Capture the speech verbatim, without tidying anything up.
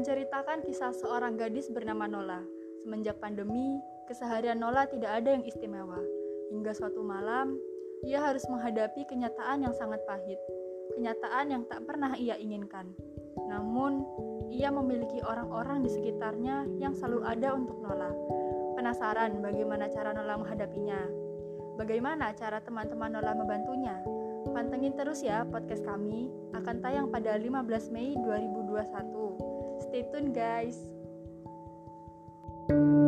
menceritakan kisah seorang gadis bernama Nola. Semenjak pandemi, keseharian Nola tidak ada yang istimewa. Hingga suatu malam, ia harus menghadapi kenyataan yang sangat pahit. Kenyataan yang tak pernah ia inginkan. Namun, ia memiliki orang-orang di sekitarnya yang selalu ada untuk Nola. Penasaran bagaimana cara Nola menghadapinya? Bagaimana cara teman-teman Nola membantunya? Pantengin terus ya podcast kami, akan tayang pada lima belas Mei dua ribu dua puluh satu. Stay tune guys.